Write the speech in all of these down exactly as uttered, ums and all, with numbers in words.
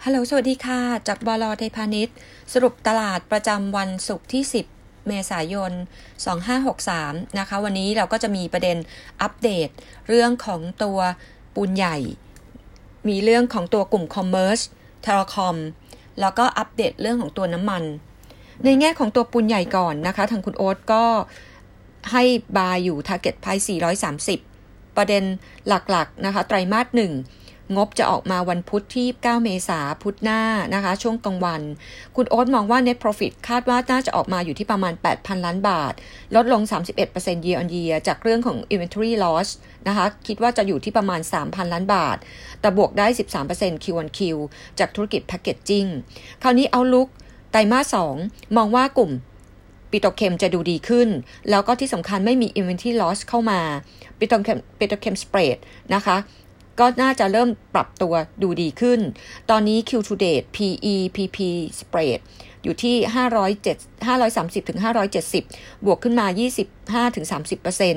ฮัลโหลสวัสดีค่ะจากบล.ไทยพาณิชย์สรุปตลาดประจำวันศุกร์ที่สิบเมษายนสองพันห้าร้อยหกสิบสามนะคะวันนี้เราก็จะมีประเด็นอัปเดตเรื่องของตัวปูนใหญ่มีเรื่องของตัวกลุ่มคอมเมอร์สเทเลคอมแล้วก็อัปเดตเรื่องของตัวน้ำมันในแง่ของตัวปูนใหญ่ก่อนนะคะทางคุณโอ๊ตก็ให้บายอยู่ Target Price สี่ร้อยสามสิบประเด็นหลักๆนะคะไตรมาสหนึ่งงบจะออกมาวันพุธที่เก้าเมษายนพุธหน้านะคะช่วงกลางวันคุณโอ๊ตมองว่า Net Profit คาดว่าน่าจะออกมาอยู่ที่ประมาณ แปดพันล้านบาทลดลง สามสิบเอ็ดเปอร์เซ็นต์ year on year จากเรื่องของ Inventory Loss นะคะคิดว่าจะอยู่ที่ประมาณ สามพันล้านบาทแต่บวกได้ สิบสามเปอร์เซ็นต์ Q on Q จากธุรกิจ Packaging คราวนี้ Outlook ไตรมาสสองมองว่ากลุ่มปิโตรเคมจะดูดีขึ้นแล้วก็ที่สำคัญไม่มี Inventory Loss เข้ามาปิโตรเคมปิโตรเคม Spread นะคะก็น่าจะเริ่มปรับตัวดูดีขึ้นตอนนี้ Q to date พี อี พี พี spread อยู่ที่ห้าร้อยเจ็ด ห้าร้อยสามสิบถึงห้าร้อยเจ็ดสิบบวกขึ้นมา ยี่สิบห้าถึงสามสิบเปอร์เซ็นต์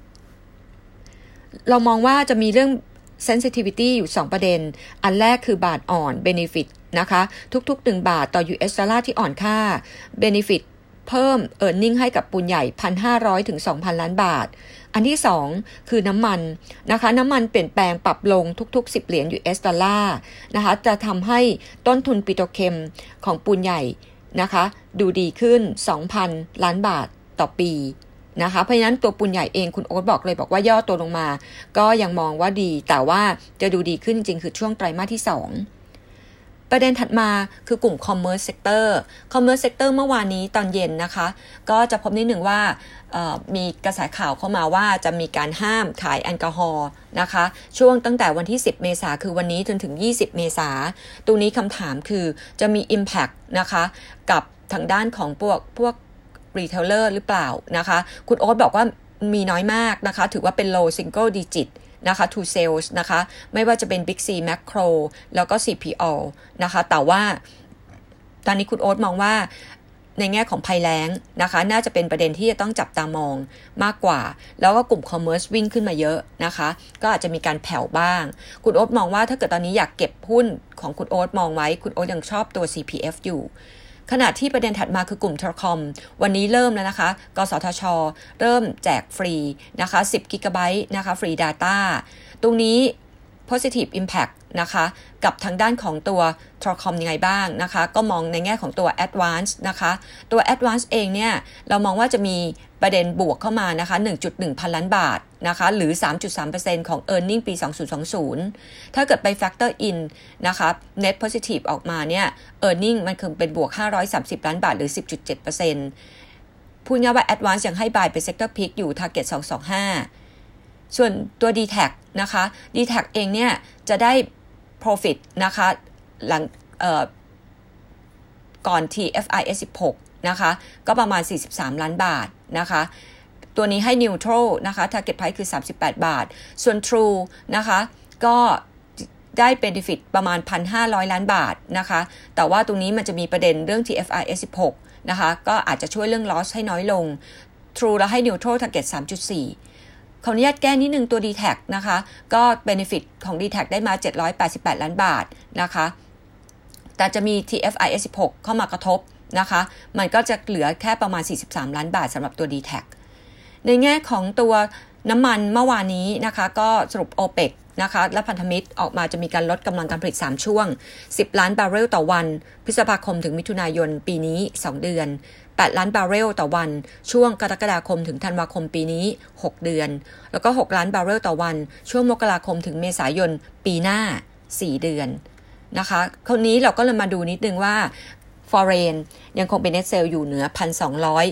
เรามองว่าจะมีเรื่อง sensitivity อยู่สองประเด็นอันแรกคือบาทอ่อน benefit นะคะทุกๆหนึ่งบาทต่อ ยู เอส ดอลลาร์ที่อ่อนค่า benefit เพิ่ม earning ให้กับปูนใหญ่ หนึ่งพันห้าร้อยถึงสองพันล้านบาทอันที่สองคือน้ำมันนะคะน้ำมันเปลี่ยนแปลงปรับลงทุกๆสิบเหรียญ ยู เอส ดอลลาร์นะคะจะทำให้ต้นทุนปิโตรเคมของปูนใหญ่นะคะดูดีขึ้น สองพันล้านบาทต่อปีนะคะเพราะฉะนั้นตัวปูนใหญ่เองคุณโอ๊ตบอกเลยบอกว่าย่อตัวลงมาก็ยังมองว่าดีแต่ว่าจะดูดีขึ้นจริงคือช่วงไตรมาสที่สองประเด็นถัดมาคือกลุ่ม Commerce Sector Commerce Sector เมื่อวานนี้ตอนเย็นนะคะก็จะพบนิดหนึ่งว่ามีกระแสข่าวเข้ามาว่าจะมีการห้ามขายแอลกอฮอล์นะคะช่วงตั้งแต่วันที่สิบเมษายนคือวันนี้จนถึงยี่สิบเมษายนตรงนี้คำถามคือจะมี impact นะคะกับทางด้านของพวกพวก retailer หรือเปล่านะคะคุณโอ๊ตบอกว่ามีน้อยมากนะคะถือว่าเป็น low single digitนะคะ to sales นะคะไม่ว่าจะเป็น Big C Macro แล้วก็ ซี พี โอ นะคะแต่ว่าตอนนี้คุณโอ๊ตมองว่าในแง่ของภัยแล้งนะคะน่าจะเป็นประเด็นที่จะต้องจับตามองมากกว่าแล้วก็กลุ่ม Commerce วิ่งขึ้นมาเยอะนะคะก็อาจจะมีการแผ่วบ้างคุณโอ๊ตมองว่าถ้าเกิดตอนนี้อยากเก็บหุ้นของคุณโอ๊ตมองไว้คุณโอ๊ตยังชอบตัว ซี พี เอฟ อยู่ขณะที่ประเด็นถัดมาคือกลุ่ม Telecom วันนี้เริ่มแล้วนะคะกสทช.เริ่มแจกฟรีนะคะสิบกิกะไบต์นะคะฟรี Data ตรงนี้ positive impact นะคะกับทางด้านของตัว Telecom ยังไงบ้างนะคะก็มองในแง่ของตัว Advance นะคะตัว Advance เองเนี่ยเรามองว่าจะมีประเด็นบวกเข้ามานะคะ หนึ่งจุดหนึ่ง พันล้านบาทนะคะหรือ สามจุดสามเปอร์เซ็นต์ ของ earning ปีสองพันยี่สิบถ้าเกิดไป factor in นะคะ net positive ออกมาเนี่ย earning มันคือเป็นบวกห้าร้อยสามสิบล้านบาทหรือ สิบจุดเจ็ดเปอร์เซ็นต์ พูดง่ายว่า advance ยังให้ buy เป็น sector pick อยู่ target สองร้อยยี่สิบห้าส่วนตัว ดี แท็ก นะคะ ดี แท็ก เองเนี่ยจะได้ profit นะคะหลังเอ่อก่อน ที เอฟ ไอ เอส สิบหกนะคะก็ประมาณสี่สิบสามล้านบาทนะคะตัวนี้ให้ neutral นะคะ target price คือสามสิบแปดบาทส่วน True นะคะก็ได้ benefit ประมาณ หนึ่งพันห้าร้อยล้านบาทนะคะแต่ว่าตรงนี้มันจะมีประเด็นเรื่อง ที เอฟ ไอ เอส สิบหกนะคะก็อาจจะช่วยเรื่อง loss ให้น้อยลง True แล้วให้ neutral target สามจุดสี่ขออนุญาตแก้นิดนึงตัว ดี แท็ก นะคะก็ benefit ของ ดี แท็ก ได้มาเจ็ดร้อยแปดสิบแปดล้านบาทนะคะแต่จะมี ที เอฟ ไอ เอส สิบหกเข้ามากระทบนะคะมันก็จะเหลือแค่ประมาณสี่สิบสามล้านบาทสำหรับตัว ดี แท็ก ในแง่ของตัวน้ำมันเมื่อวานนี้นะคะก็สรุป โอเปก นะคะและพันธมิตรออกมาจะมีการลดกำลังการผลิตสามช่วงสิบล้านบาร์เรลต่อวันพฤษภาคมถึงมิถุนายนปีนี้สองเดือนแปดล้านบาร์เรลต่อวันช่วงกรกฎาคมถึงธันวาคมปีนี้หกเดือนแล้วก็หกล้านบาร์เรลต่อวันช่วงมกราคมถึงเมษายนปีหน้าสี่เดือนนะคะคราวนี้เราก็เลยมาดูนิดนึงว่า foreign ยังคงเป็น net sale อยู่เหนือ หนึ่งพันสองร้อย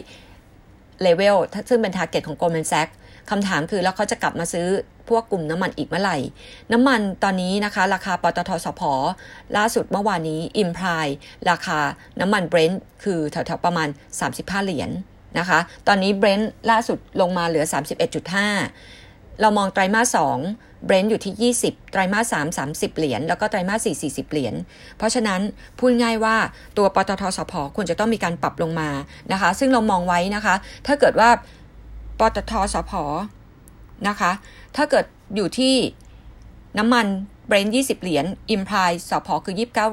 level ซึ่งเป็น target ของ Goldman Sachs คำถามคือแล้วเขาจะกลับมาซื้อพวกกลุ่มน้ำมันอีกเมื่อไหร่น้ำมันตอนนี้นะคะราคาปตทสผล่าสุดเมื่อวานนี้ imply ราคาน้ำมัน Brent คือแถวๆประมาณสามสิบห้าเหรียญนะคะตอนนี้ Brent ล่าสุดลงมาเหลือ สามสิบเอ็ดจุดห้า เรามองไตรมาสสองBrent อยู่ที่ยี่สิบไตรมาสสาม สามสิบเหรียญแล้วก็ไตรมาสสี่ สี่สิบเหรียญเพราะฉะนั้นพูดง่ายว่าตัวปตทสผควรจะต้องมีการปรับลงมานะคะซึ่งเรามองไว้นะคะถ้าเกิดว่าปตทสผนะคะถ้าเกิดอยู่ที่น้ำมัน Brent ยี่สิบเหรียญ imply สผคือยี่สิบเก้า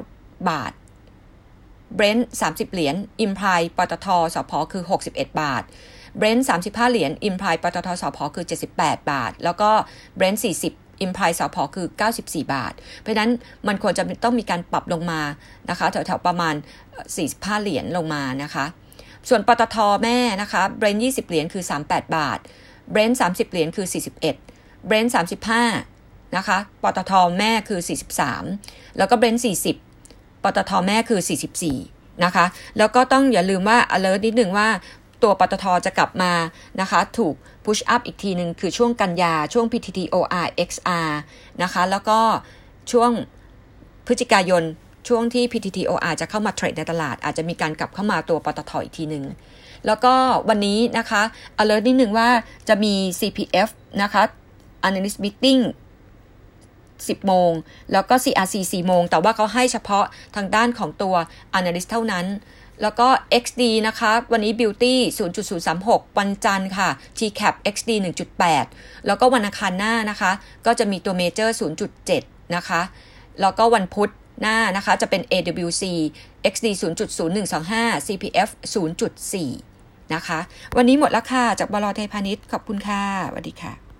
บาท Brent สามสิบเหรียญ Imply ปตท.สผ.คือหกสิบเอ็ดบาท Brent สามสิบห้าเหรียญ Imply ปตท.สผ.คือเจ็ดสิบแปดบาทแล้วก็ Brent สี่สิบ Imply สผ.คือเก้าสิบสี่บาทเพราะฉะนั้นมันควรจะต้องมีการปรับลงมานะคะแถวๆประมาณสี่สิบห้าเหรียญลงมานะคะส่วนปตท.แม่นะคะ Brent ยี่สิบเหรียญคือสามสิบแปดบาท Brent สามสิบเหรียญคือสี่สิบเอ็ด Brent สามสิบห้านะคะปตท.แม่คือสี่สิบสามแล้วก็ Brent สี่สิบปตท.แม่คือสี่สิบสี่นะคะแล้วก็ต้องอย่าลืมว่า alert นิดนึงว่าตัวปตท.จะกลับมานะคะถูก push up อีกทีนึงคือช่วงกันยาช่วง พี ที ที โอ อาร์ เอ็กซ์ อาร์ นะคะแล้วก็ช่วงพฤศจิกายนช่วงที่ พี ที ที โอ อาร์ จะเข้ามาเทรดในตลาดอาจจะมีการกลับเข้ามาตัวปตท.อีกทีนึงแล้วก็วันนี้นะคะ alert นิดนึงว่าจะมี ซี พี เอฟ นะคะ analyst meetingสิบโมงแล้วก็ ซี อาร์ ซี สี่โมงแต่ว่าเขาให้เฉพาะทางด้านของตัว analyst เท่านั้นแล้วก็ เอ็กซ์ ดี นะคะวันนี้ Beauty ศูนย์จุดศูนย์สามหก วันจันทร์ค่ะ ที แคป เอ็กซ์ ดี หนึ่งจุดแปด แล้วก็วันอังคารหน้านะคะก็จะมีตัว Major ศูนย์จุดเจ็ด นะคะแล้วก็วันพุธหน้านะคะจะเป็น เอ ดับเบิลยู ซี เอ็กซ์ ดี ศูนย์จุดศูนย์หนึ่งสองห้า ซี พี เอฟ ศูนย์จุดสี่ นะคะวันนี้หมดแล้วค่ะจากบล.ไทยพาณิชย์ขอบคุณค่ะสวัสดีค่ะ